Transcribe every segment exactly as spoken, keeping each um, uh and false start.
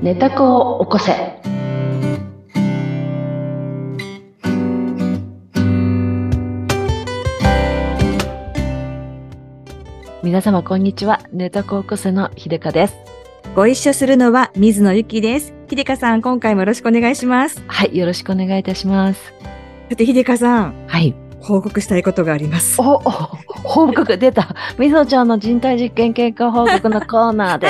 寝た子を起こせ。皆様こんにちは。寝た子を起こせの秀香です。 ご一緒するのは水野ゆきです。秀香さん、今回もよろしくお願いします。 はい、よろしくお願いいたします。 さて、秀香さん。 はい。 報告したいことがあります。 お、お、報告出た。水野ちゃんの人体実験結果報告のコーナーです。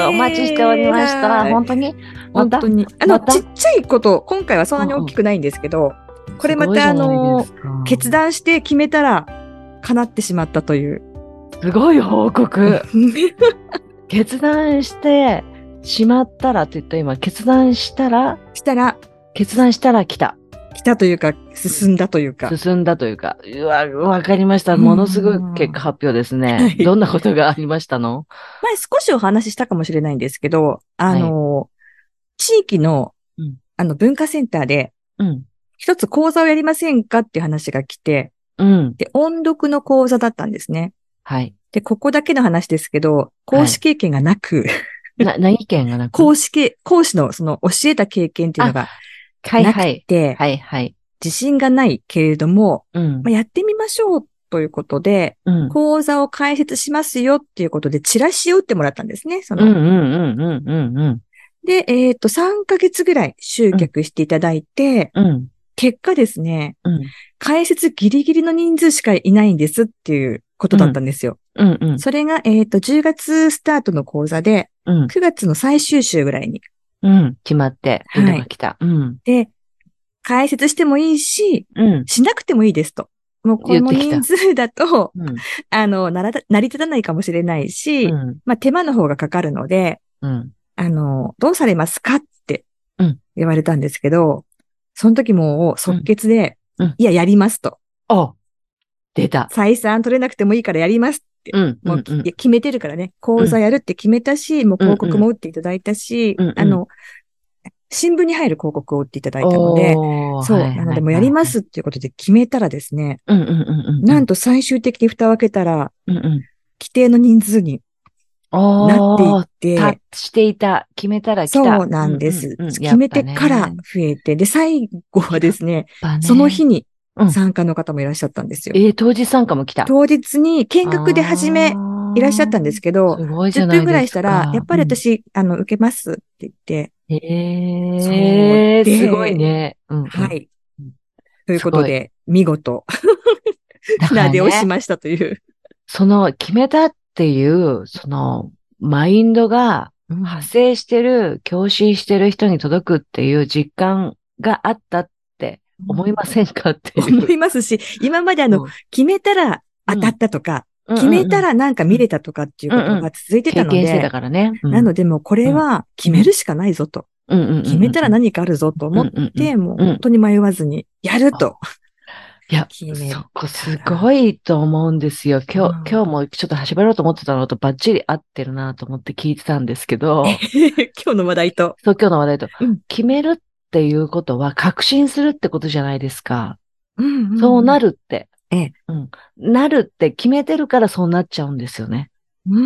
お待ちしておりました。本当にまた本当に。あの、ちっちゃいこと、今回はそんなに大きくないんですけど、うんうん、これまたあの、決断して決めたら叶ってしまったという。 すごい報告。決断してしまったらって言った今、決断したらしたら決断したら来た。 来たというか、進んだというか。 進んだというか。うわ、わかりました。ものすごい結果発表ですね。はい、どんなことがありましたの？ 前少しお話ししたかもしれないんですけど、あの、はい、地域の、うん、あの、文化センターで、うん、一つ講座をやりませんかっていう話が来て、うん、で、音読の講座だったんですね。 はい。 で、ここだけの話ですけど、講師経験がなく、 はい、な、何経験がなく講師経、講師のその教えた経験っていうのがなくて、 はいはい。 自信がないけれども、うんまあ、やってみましょうということで、うん、講座を開設しますよっていうことで、チラシを打ってもらったんですね。その。 うんうんうんうんうんうん。 で、えっと、さんかげつぐらい集客していただいて、うん、結果ですね、うん、開設ギリギリの人数しかいないんですっていうことだったんですよ。うんうんうん、それが、えっと、じゅうがつスタートの講座で、うん、くがつの最終週ぐらいに。 うん、決まって、連絡が来た。はい、うん、 で、開設してもいいし、うん、しなくてもいいですと。もうこの人数だと、うん、あの、なら、成り立たないかもしれないし、うん、まあ手間の方がかかるので、うん、あの、どうされますかって言われたんですけど、その時も即決で、うん、いや、やりますと。 お、出た。 採算取れなくてもいいからやりますって。うん、もう、うん、決めてるからね。講座やるって決めたし、もう広告も打っていただいたし、うんうん、あの、新聞に入る広告を打っていただいたので、そう、はいはいはい、なのでもうやりますっていうことで決めたらですね、うんうんうんうん、なんと最終的に蓋を開けたら、うんうん、規定の人数になっていって、 達していた、決めたら来た。 そうなんです、うんうんうん。決めてから増えて、で、最後はですね、ねその日に参加の方もいらっしゃったんですよ。 うん、えー、当日参加も来た。 当日に見学で始めいらっしゃったんですけど、 すごいじゃないですか。 じゅっぷんぐらいしたら、やっぱり私、うん、あの、受けますって言って、 へえー、すごいね。 うんうん、はい。ということで、見事、船出をしましたという。 その、決めたっていう、その、マインドが派生してる、共振してる人に届くっていう実感があったって思いませんかっていう。 思いますし、今まであの、うん、決めたら当たったとか、うん、決めたらなんか見れたとかっていうことが続いてたので、 経験してたからね。 うん、なのでもうこれは決めるしかないぞと。決めたら何かあるぞと思って、もう本当に迷わずにやると。 いや、そこすごいと思うんですよ。今日、うん、今日もちょっと始めろうと思ってたのとバッチリ合ってるなと思って聞いてたんですけど。 今日の話題と。 そう、今日の話題と。うん、決めるっていうことは確信するってことじゃないですか。うんうんうん、そうなるって。ええ、うん。なるって決めてるからそうなっちゃうんですよね。うん。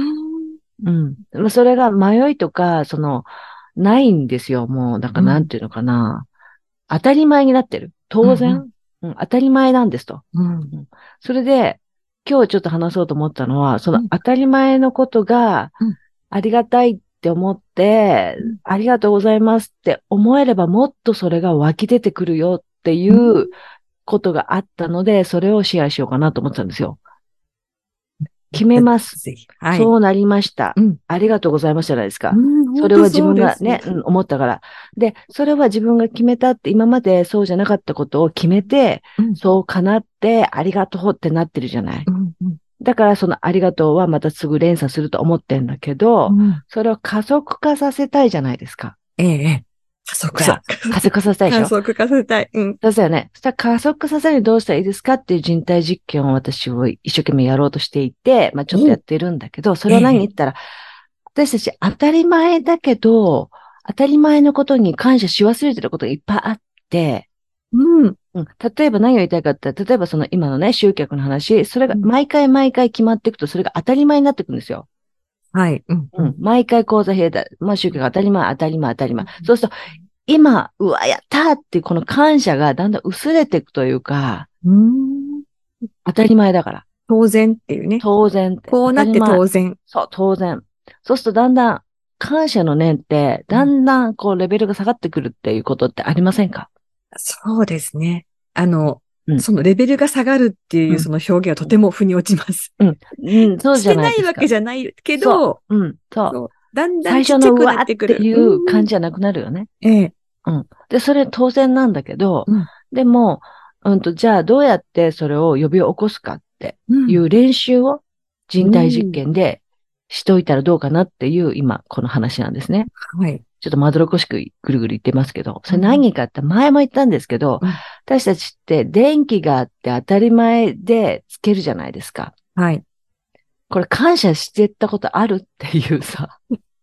うん。それが迷いとか、その、ないんですよ。もう、だからなんていうのかな。うん、当たり前になってる。当然。うんうんうん、当たり前なんですと、うん。それで、今日ちょっと話そうと思ったのは、その当たり前のことがありがたいって思って、うん、ありがとうございますって思えればもっとそれが湧き出てくるよっていうことがあったので、それをシェアしようかなと思ってたんですよ。決めます。はい、そうなりました、うん。ありがとうございますじゃないですか。うん、それは自分がね、うん、思ったから。で、それは自分が決めたって、今までそうじゃなかったことを決めて、うん、そう叶って、ありがとうってなってるじゃない。うんうん、だからそのありがとうはまたすぐ連鎖すると思ってんだけど、うん、それを加速化させたいじゃないですか。 ええ。加速化。 加速化させたいでしょ。 加速化させたい。うん。 そうだよね。そしたら加速化させるにどうしたらいいですかっていう人体実験を私は一生懸命やろうとしていて、まあちょっとやってるんだけど、それは何言ったら、ええ、私たち当たり前だけど、当たり前のことに感謝し忘れてることがいっぱいあって、うん。うん、例えば何を言いたいかって、例えばその今のね、集客の話、それが毎回毎回決まっていくと、それが当たり前になっていくんですよ。 はい。 うん。うん。毎回口座開いた。まあ、宗教が当たり前、当たり前、当たり前。そうすると、今、うわ、やったーってこの感謝がだんだん薄れていくというか、うん、当たり前だから。 当然っていうね。 当然って。 こうなって当然。 そう、当然。そうするとだんだん感謝の念って、だんだんこうレベルが下がってくるっていうことってありませんか？ そうですね。あの、うん、そのレベルが下がるっていうその表現はとても腑に落ちます。 うん。うん、そうじゃないですか。 してないわけじゃないけど、 そう。うん、そう。 そうだんだんちっちゃくなってくる。 最初のうわっていう感じじゃなくなるよね。 うん、ええ。 うん。で、それ当然なんだけど、うん、でも、うんと、じゃあどうやってそれを呼び起こすかっていう練習を人体実験でしといたらどうかなっていう今、この話なんですね。はい。ちょっとまどろっこしくぐるぐる言ってますけど、それ何かって前も言ったんですけど、うん、私たちって電気があって当たり前でつけるじゃないですか。はい。これ感謝してたことあるっていうさ。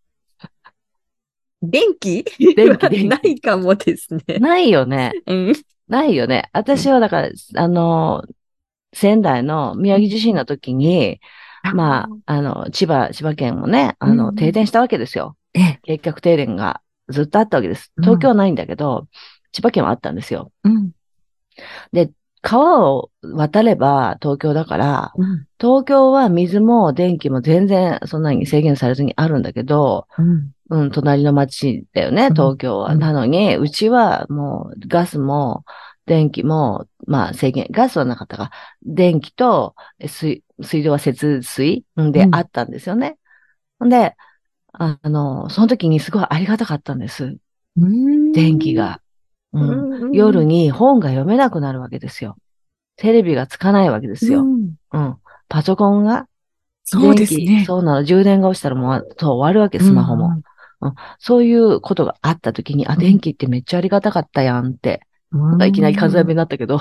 電気電気、電気。ないかもですね。 ないよね。うん。ないよね。私はだから、あの、仙台の宮城地震の時に、うん、まあ、あの、千葉、千葉県もね、あの、うん、停電したわけですよ。結局停電がずっとあったわけです。東京はないんだけど、うん、千葉県はあったんですよ。うん、で、川を渡れば東京だから、うん、東京は水も電気も全然そんなに制限されずにあるんだけど、うんうん、隣の町だよね、東京は。うん、なのに、うちはもうガスも電気も、まあ制限、ガスはなかったか、電気と水、水道は節水であったんですよね。うん、で、あの、その時にすごいありがたかったんです。電気が、うん。夜に本が読めなくなるわけですよ。テレビがつかないわけですよ。うん。うん、パソコンがそうですね。 そうなの。充電が落ちたらもう、そう終わるわけ、スマホも。うんうん、そういうことがあったときに、あ、電気ってめっちゃありがたかったやんって。うん、いきなり関西弁になったけど。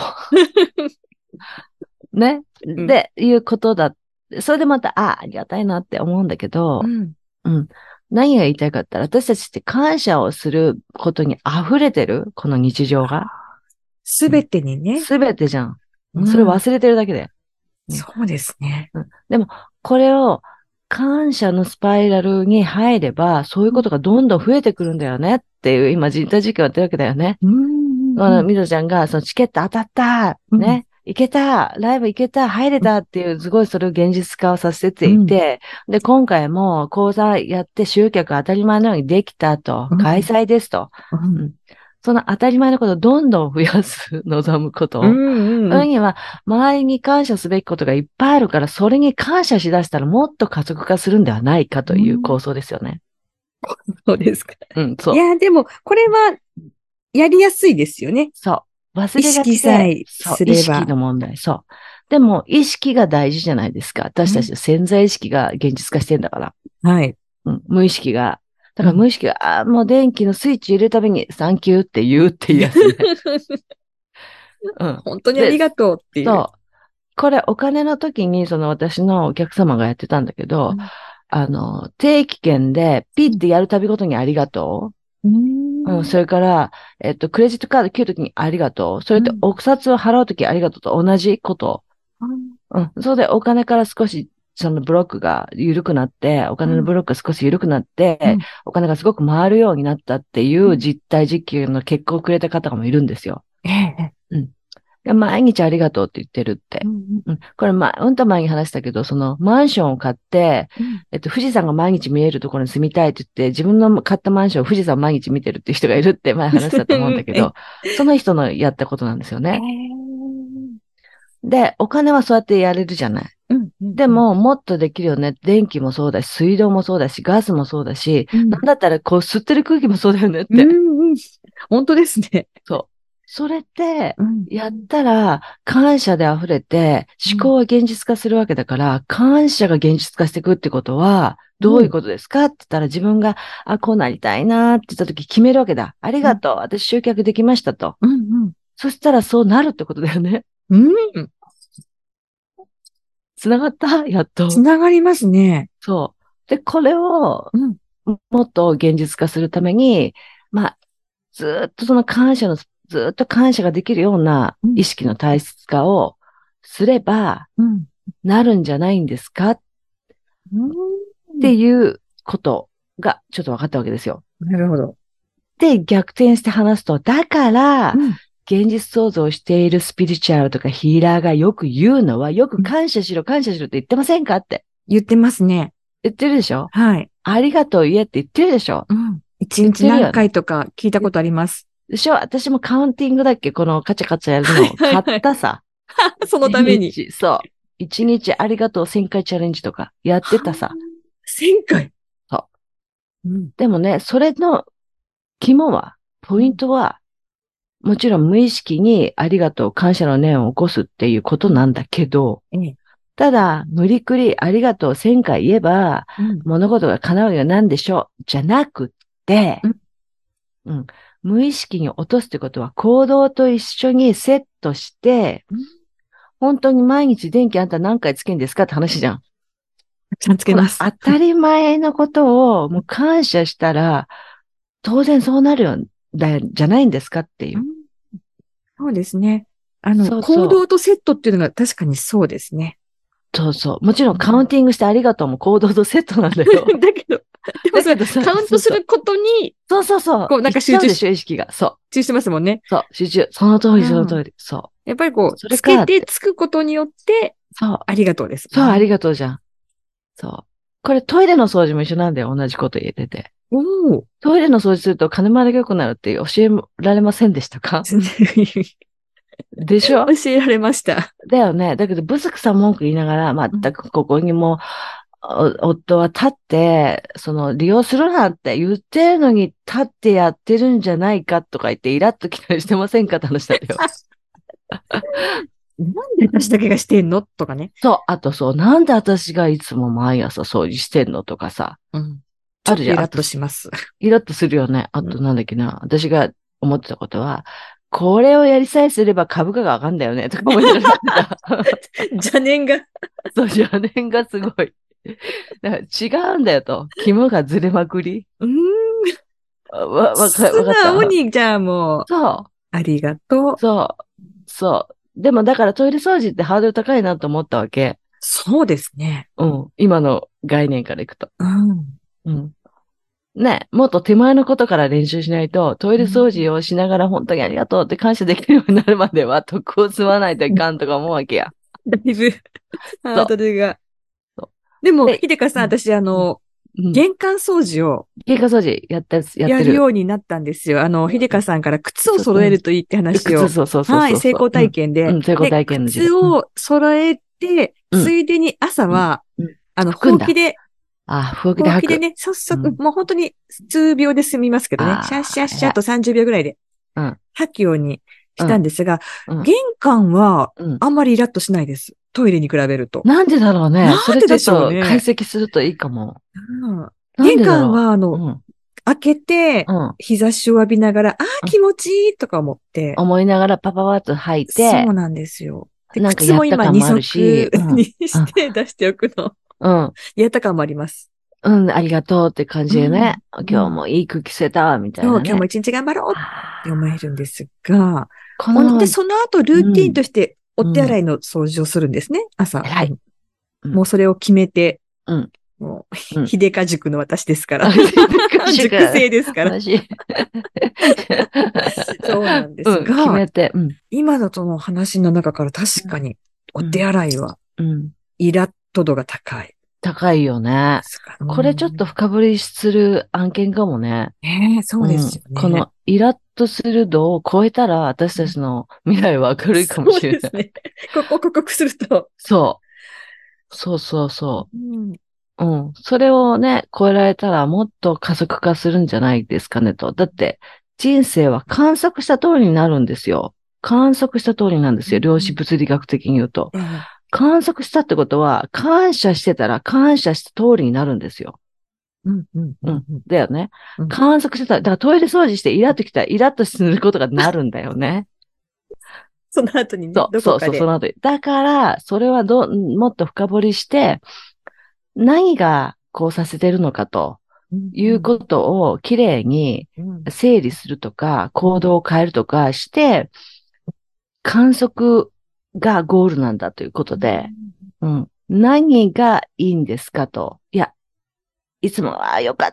ね。で、うん、いうことだ。それでまた、あ、ありがたいなって思うんだけど、うん。うん。何が言いたいかって言ったら、私たちって感謝をすることに溢れてるこの日常が。 すべてにね。 すべてじゃん。うん、それ忘れてるだけで。 うん、そうですね。 うん、でも、これを感謝のスパイラルに入れば、そういうことがどんどん増えてくるんだよねっていう、今人体実験をやってるわけだよね。うんうんうん、あの、みどちゃんが、そのチケット当たった、ね、うん、行けた、ライブ行けた、入れたっていう、すごいそれを現実化をさせていて、うん、で、今回も講座やって集客当たり前のようにできたと、開催ですと。うんうん、その当たり前のことをどんどん増やす、望むこと。うんうんうん、そういうには、周りに感謝すべきことがいっぱいあるから、それに感謝しだしたらもっと加速化するんではないかという構想ですよね。 うん、そうですか。 うん、そう。 いや、でも、これは、やりやすいですよね。 そう。忘れがちで。意識さえすれば。 意識の問題。そう。でも、意識が大事じゃないですか。私たちの潜在意識が現実化してんだから。 はい。 うん、無意識が。だから無意識が、うん、ああ、もう電気のスイッチ入れるたびに、サンキューって言うっていうやつね。 うん、本当にありがとうっていう。 そう。これお金の時にその私のお客様がやってたんだけど、うん、あの、定期券でピッてやるたびごとにありがとう。うん、うん、それから、えっと、クレジットカード切るときにありがとう。それってお札を払うときありがとうと同じこと。うん。うん。そうでお金から少しそのブロックが緩くなって、お金のブロックが少し緩くなって、うん、お金がすごく回るようになったっていう実体実験の結果をくれた方もいるんですよ。ええ。うん。毎日ありがとうって言ってるって。うんうん、これ、ま、うんと前に話したけど、そのマンションを買って、うん、えっと、富士山が毎日見えるところに住みたいって言って、自分の買ったマンション、富士山を毎日見てるっていう人がいるって前話したと思うんだけど、その人のやったことなんですよね。で、お金はそうやってやれるじゃない。うんうん、でも、もっとできるよね。電気もそうだし、水道もそうだし、ガスもそうだし、うん、なんだったらこう吸ってる空気もそうだよねって。 うんうん、本当ですね。 そう。それって、やったら感謝で溢れて、思考は現実化するわけだから、感謝が現実化していくってことは、どういうことですかって言ったら自分が、あ、こうなりたいなって言った時決めるわけだ。ありがとう。私集客できましたと。うんうん、そしたらそうなるってことだよね。うん。つながったやっと。 つながりますね。 そう。で、これを、もっと現実化するために、まあ、ずっとその感謝の、ずっと感謝ができるような意識の大切化をすれば、なるんじゃないんですか、うん、 っていうことがちょっと分かったわけですよ。 なるほど。 で、逆転して話すと、だから、うん、現実創造しているスピリチュアルとかヒーラーがよく言うのは、よく感謝しろ、感謝しろって言ってませんかって。 言ってますね。 言ってるでしょ？ はい。 ありがとう言えって言ってるでしょ？ うん。一日何回とか聞いたことあります。 でしょ？私もカウンティングだっけ？このカチャカチャやるのを買ったさ。 そのために。 そう。一日ありがとうせんかいチャレンジとかやってたさ。 せんかい？ そう。うん、でもね、それの肝は、ポイントは、もちろん無意識にありがとう、感謝の念を起こすっていうことなんだけど、うん、ただ、無理くりありがとうせんかい言えば、うん、物事が叶うようなんでしょう、じゃなくって、うんうん、無意識に落とすってことは行動と一緒にセットして、うん、本当に毎日電気あんた何回つけんですかって話じゃん。 ちゃんつけます。 当たり前のことをもう感謝したら、当然そうなるよ、だ、じゃないんですかっていう。うん、 そうですね。あのそうそう、行動とセットっていうのが確かにそうですね。 そうそう。もちろんカウンティングしてありがとうも行動とセットなんだよ。 だけど、でもそれカウントすることに、 そうそうそう。 こうなんか集中し、意識が。そう。 集中してますもんね。 そう、集中。その通り、その通り。うん、そう。 やっぱりこう、つけてつくことによって、そう。ありがとうです、ね。 そう、ありがとうじゃん。そう。これトイレの掃除も一緒なんだよ。同じこと言えてて。おトイレの掃除すると金回りが良くなるって教えられませんでしたか？でしょ？ 教えられました。 だよね。だけど、ブスクさん文句言いながら、まったくここにも、夫は立ってて、その、利用するなって言ってるのに立ってやってるんじゃないかとか言って、イラッと来たりしてませんかって話だよ。 なんで私だけがしてんのとかね。 そう。あとそう、なんで私がいつも毎朝掃除してんのとかさ。うん。 あるじゃん。イラッとします。 イラッとするよね。あとなんだっけな。うん、私が思ってたことは、これをやりさえすれば株価が上がるんだよね。とか思いながら。 邪念が。 そう、邪念がすごい。だから違うんだよと。肝がずれまくり。うーん。 わ、わか、わかった。素直に、じゃあもう。そう。ありがとう。 そう。そう。でもだからトイレ掃除ってハードル高いなと思ったわけ。 そうですね。 うん。今の概念からいくと。うん。うん。ね、もっと手前のことから練習しないと、トイレ掃除をしながら本当にありがとうって感謝できるようになるまでは、徳を積まないといかんとか思うわけや。 だいぶ、ハードルが。でも、ひでかさん、私、あの、うん、玄関掃除を。 玄関掃除やったやってる。 やるようになったんですよ。あの、ひでかさんから靴を揃えるといいって話を。 靴、そうそうそう。 はい、成功体験で。 うん、成功体験の靴を揃えて、ついでに朝は、あの、ほうきで、 あ、ほうきで吐く。 ほうきでね、さっさと、もう本当に数秒で済みますけどね。シャッシャッシャッとさんじゅうびょうぐらいで、吐くようにしたんですが、玄関は、あんまりイラッとしないです。トイレに比べると。 なんでだろうね。なんででしょうね。解析するといいかも。 玄関は、あの、開けて、日差しを浴びながら、ああ、気持ちいいとか思って。 思いながらパパパッと吐いて。 そうなんですよ。なんかやった感もあるし。にして出しておくの。うん。やった感もあります。 うん、ありがとうって感じでね。うん、今日もいい空気吸えた、みたいな、ね。 そう、今日も一日頑張ろうって思えるんですが、こので、その後ルーティンとして、お手洗いの掃除をするんですね、朝。はい。もうそれを決めて、うん。もう、秀香塾の私ですから。塾生ですから。そうなんですが、 決めて、 今だとの話の中から確かに、お手洗いは、イラッと度が高い。 高いよね。これちょっと深掘りする案件かもね。 ええ、そうですよね。 このイラッとする度を超えたら、私たちの未来は明るいかもしれない。そうですね。 ここを克服すると。 そう。そうそうそう。うんうん。それをね、超えられたらもっと加速化するんじゃないですかねと。だって、人生は観測した通りになるんですよ。観測した通りなんですよ。量子物理学的に言うと。うん、観測したってことは、感謝してたら感謝した通りになるんですよ。うんうんうん、だよね。うん、観測してた。だからトイレ掃除してイラッときたらイラッとすることがなるんだよね。 その後にね。 そう、そうそう、その後に。だから、それはど、もっと深掘りして、何がこうさせてるのかということをきれいに整理するとか、行動を変えるとかして、観測がゴールなんだということで、うん、何がいいんですかと。いや、 いつも、ああ、よかった、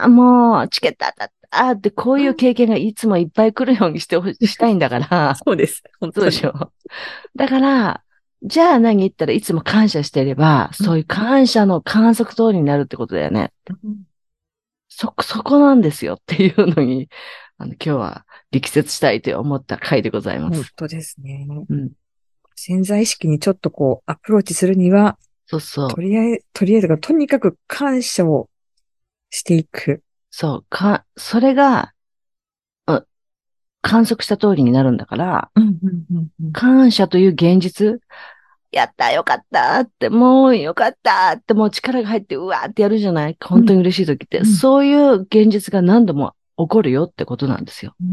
もう、チケット当たった、ってこういう経験がいつもいっぱい来るようにしてほしたいんだから。 そうです。本当に。 そうでしょ。だから、じゃあ何言ったらいつも感謝してれば、そういう感謝の観測通りになるってことだよね。うん、そ、そこなんですよっていうのに、あの、今日は力説したいと思った回でございます。 本当ですね。 うん。 潜在意識にちょっとこう、アプローチするには、 そうそう。 とりあえず、とりあえずが、とにかく感謝をしていく。 そう、か、それが、うん、観測した通りになるんだから、 うんうんうんうん、 感謝という現実、やった、よかったって、もうよかったって、もう力が入って、うわーってやるじゃない本当に嬉しい時って、うん、そういう現実が何度も起こるよってことなんですよ。うん、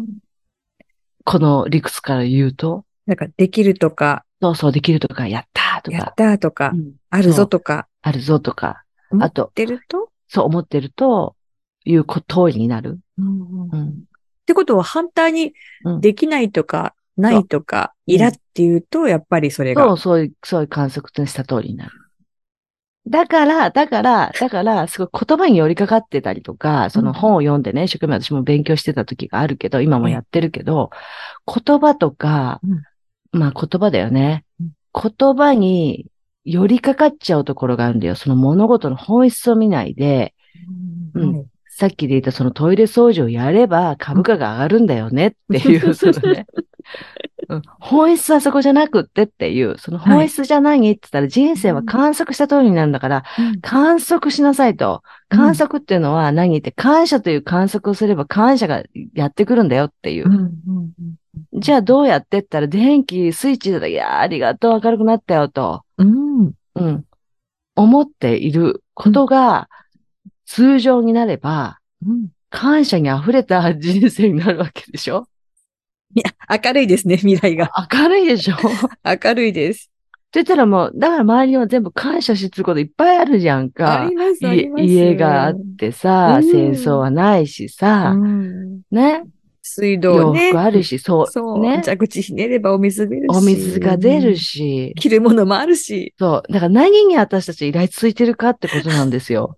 この理屈から言うと。 なんか、できるとか。 そうそう、できるとか、やったーとか。 やったーとか、うん、あるぞとか。 あるぞとか。 思ってるとそう思ってると、いう通りになる。 うんうん、ってことは反対に、できないとか、うん、ないとか、いらっていうと、やっぱりそれが。 そう、そういう、そういう観測した通りになる。だから、だから、だから、すごい言葉に寄りかかってたりとか、その本を読んでね、一生懸命私も勉強してた時があるけど、今もやってるけど、言葉とか、まあ言葉だよね。言葉に寄りかかっちゃうところがあるんだよ。その物事の本質を見ないで、うん。さっきで言ったそのトイレ掃除をやれば株価が上がるんだよねっていう、そのね。うん、本質はそこじゃなくってっていう、その本質じゃ何、はい、って言ったら人生は観測した通りになるんだから、うん、観測しなさいと。観測っていうのは何って感謝という観測をすれば感謝がやってくるんだよっていう。うんうんうん、じゃあどうやってって言ったら電気スイッチで、いやーありがとう明るくなったよと。うん。うん。思っていることが通常になれば、うん、感謝に溢れた人生になるわけでしょ。 いや、明るいですね、未来が。 明るいでしょ明るいです。 って言ったらもう、だから周りには全部感謝しつこといっぱいあるじゃんか。 あります、あります。 家があってさ、うん、戦争はないしさ、うん、ね。 水道ね。 洋服あるし、そう。 そう。ね。蛇口ひねればお水出るし。 お水が出るし。 着るものもあるし。 そう。だから何に私たち依頼ついてるかってことなんですよ。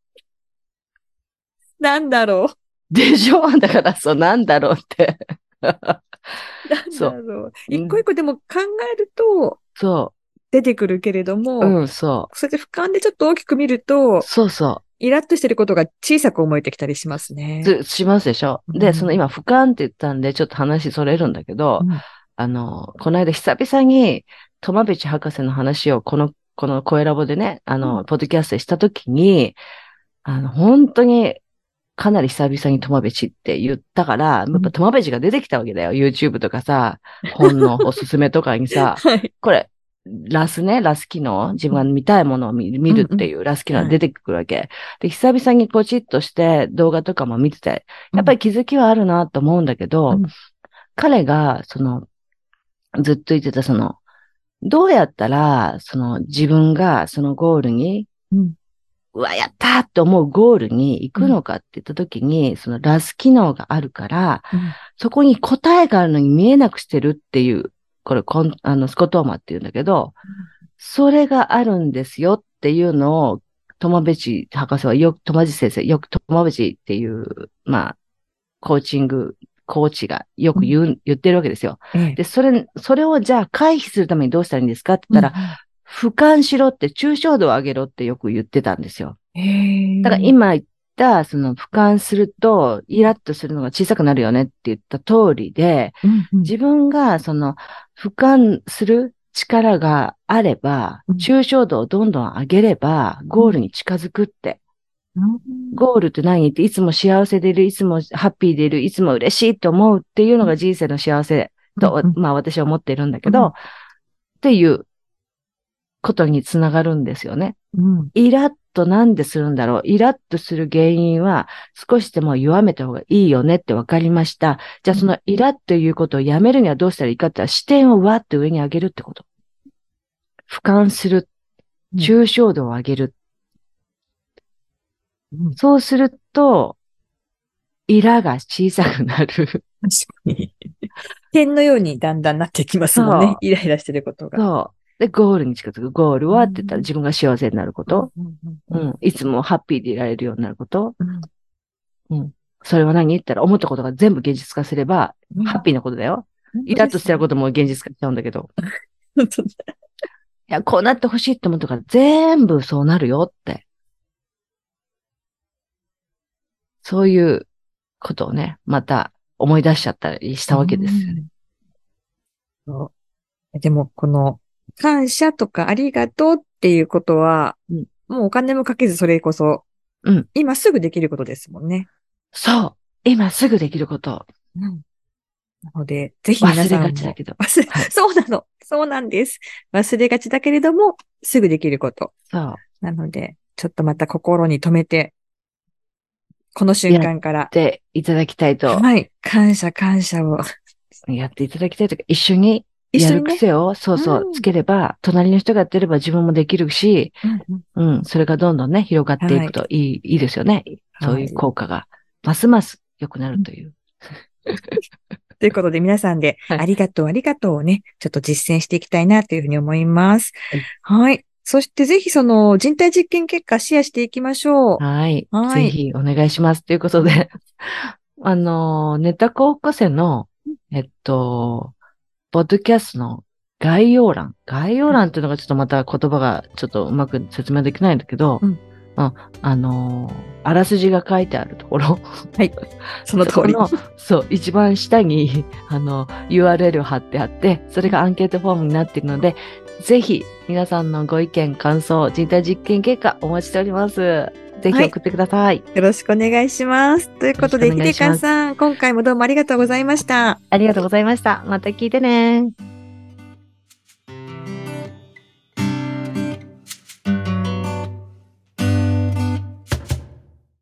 なんだろう。でしょだからそう、なんだろうって。 なんだろう。一個一個でも考えると、そう。出てくるけれども、 うん、そう。 それで俯瞰でちょっと大きく見ると、 そうそう。 イラッとしてることが小さく思えてきたりしますね。 しますでしょ、うん、で、その今、俯瞰って言ったんで、ちょっと話それるんだけど、うん、あの、この間久々に、トマベチ博士の話を、この、この声ラボでね、あの、うん、ポッドキャストでしたときに、あの、本当に、かなり久々にトマベチって言ったから、やっぱトマベチが出てきたわけだよ。YouTube とかさ、本のおすすめとかにさ、はい、これ、ラスね、ラス機能、自分が見たいものを見るっていうラス機能が出てくるわけ。はい、で、久々にポチッとして動画とかも見てて、やっぱり気づきはあるなと思うんだけど、うん、彼が、その、ずっと言ってた、その、どうやったら、その自分がそのゴールに、うんうわ、やったーって思うゴールに行くのかって言ったときに、うん、そのラス機能があるから、うん、そこに答えがあるのに見えなくしてるっていう、これ、こんあの、スコトーマって言うんだけど、うん、それがあるんですよっていうのを、トマベチ博士はよく、トマジ先生、よくトマベチっていう、まあ、コーチング、コーチがよく言う、うん、言ってるわけですよ。で、それ、それをじゃあ回避するためにどうしたらいいんですかって言ったら、うん俯瞰しろって、抽象度を上げろってよく言ってたんですよ。だから今言った、その俯瞰すると、イラッとするのが小さくなるよねって言った通りで、うんうん、自分がその俯瞰する力があれば、うん、抽象度をどんどん上げれば、ゴールに近づくって。うん、ゴールって何っていつも幸せでいる、いつもハッピーでいる、いつも嬉しいと思うっていうのが人生の幸せと、うん、まあ私は思っているんだけど、うん、っていうことにつながるんですよね。うん、イラッとなんでするんだろう。イラッとする原因は少しでも弱めた方がいいよねって分かりました。じゃあそのイラッということをやめるにはどうしたらいいかって言ったら視点をわって上に上げるってこと。俯瞰する。抽象度を上げる。うん、そうすると、イラが小さくなる。確かに。点のようにだんだんなってきますもんね。イライラしてることが。 そう。 で、ゴールに近づく。ゴールはって言ったら自分が幸せになること。うん。いつもハッピーでいられるようになること。うん。うん、それは何言ったら思ったことが全部現実化すれば、うん、ハッピーなことだよ。イラッとしてることも現実化しちゃうんだけど。いや、こうなってほしいって思ったから全部そうなるよって。そういうことをね、また思い出しちゃったりしたわけですよね。 そうでも、この、感謝とかありがとうっていうことは、うん、もうお金もかけずそれこそ、うん、今すぐできることですもんね。 そう。今すぐできること。うん、 なので、ぜひ皆さんも。 忘れがちだけど。 忘れ、はい、そうなの。そうなんです。忘れがちだけれども、すぐできること。 そう。 なので、ちょっとまた心に留めて、この瞬間から。やっていただきたいと。 はい。感謝感謝を。 やっていただきたいとか、一緒にやる癖を、ね、そうそう、うん、つければ、隣の人がやってれば自分もできるし、うん、うん、それがどんどんね、広がっていくといい、はい、いいですよね。そういう効果が、ますます良くなるという。 ということで皆さんで、ありがとう、ありがとうをね、ちょっと実践していきたいなというふうに思います。はい。はい。そしてぜひその人体実験結果シェアしていきましょう。 はい。はい。ぜひお願いします。ということで、あの、ネタ高校生の、えっと、ポッドキャストの概要欄。概要欄っていうのがちょっとまた言葉がちょっとうまく説明できないんだけど、うん、あ, あのー、あらすじが書いてあるところ。 はい。その通り。 その、そう、一番下に、あの、ユーアールエル を貼ってあって、それがアンケートフォームになっているので、ぜひ、皆さんのご意見、感想、人体実験結果お待ちしております。ぜひ送ってください。はい、 よろしくお願いします。ということで、ひでかさん、今回もどうもありがとうございました。 ありがとうございました。また聞いてね。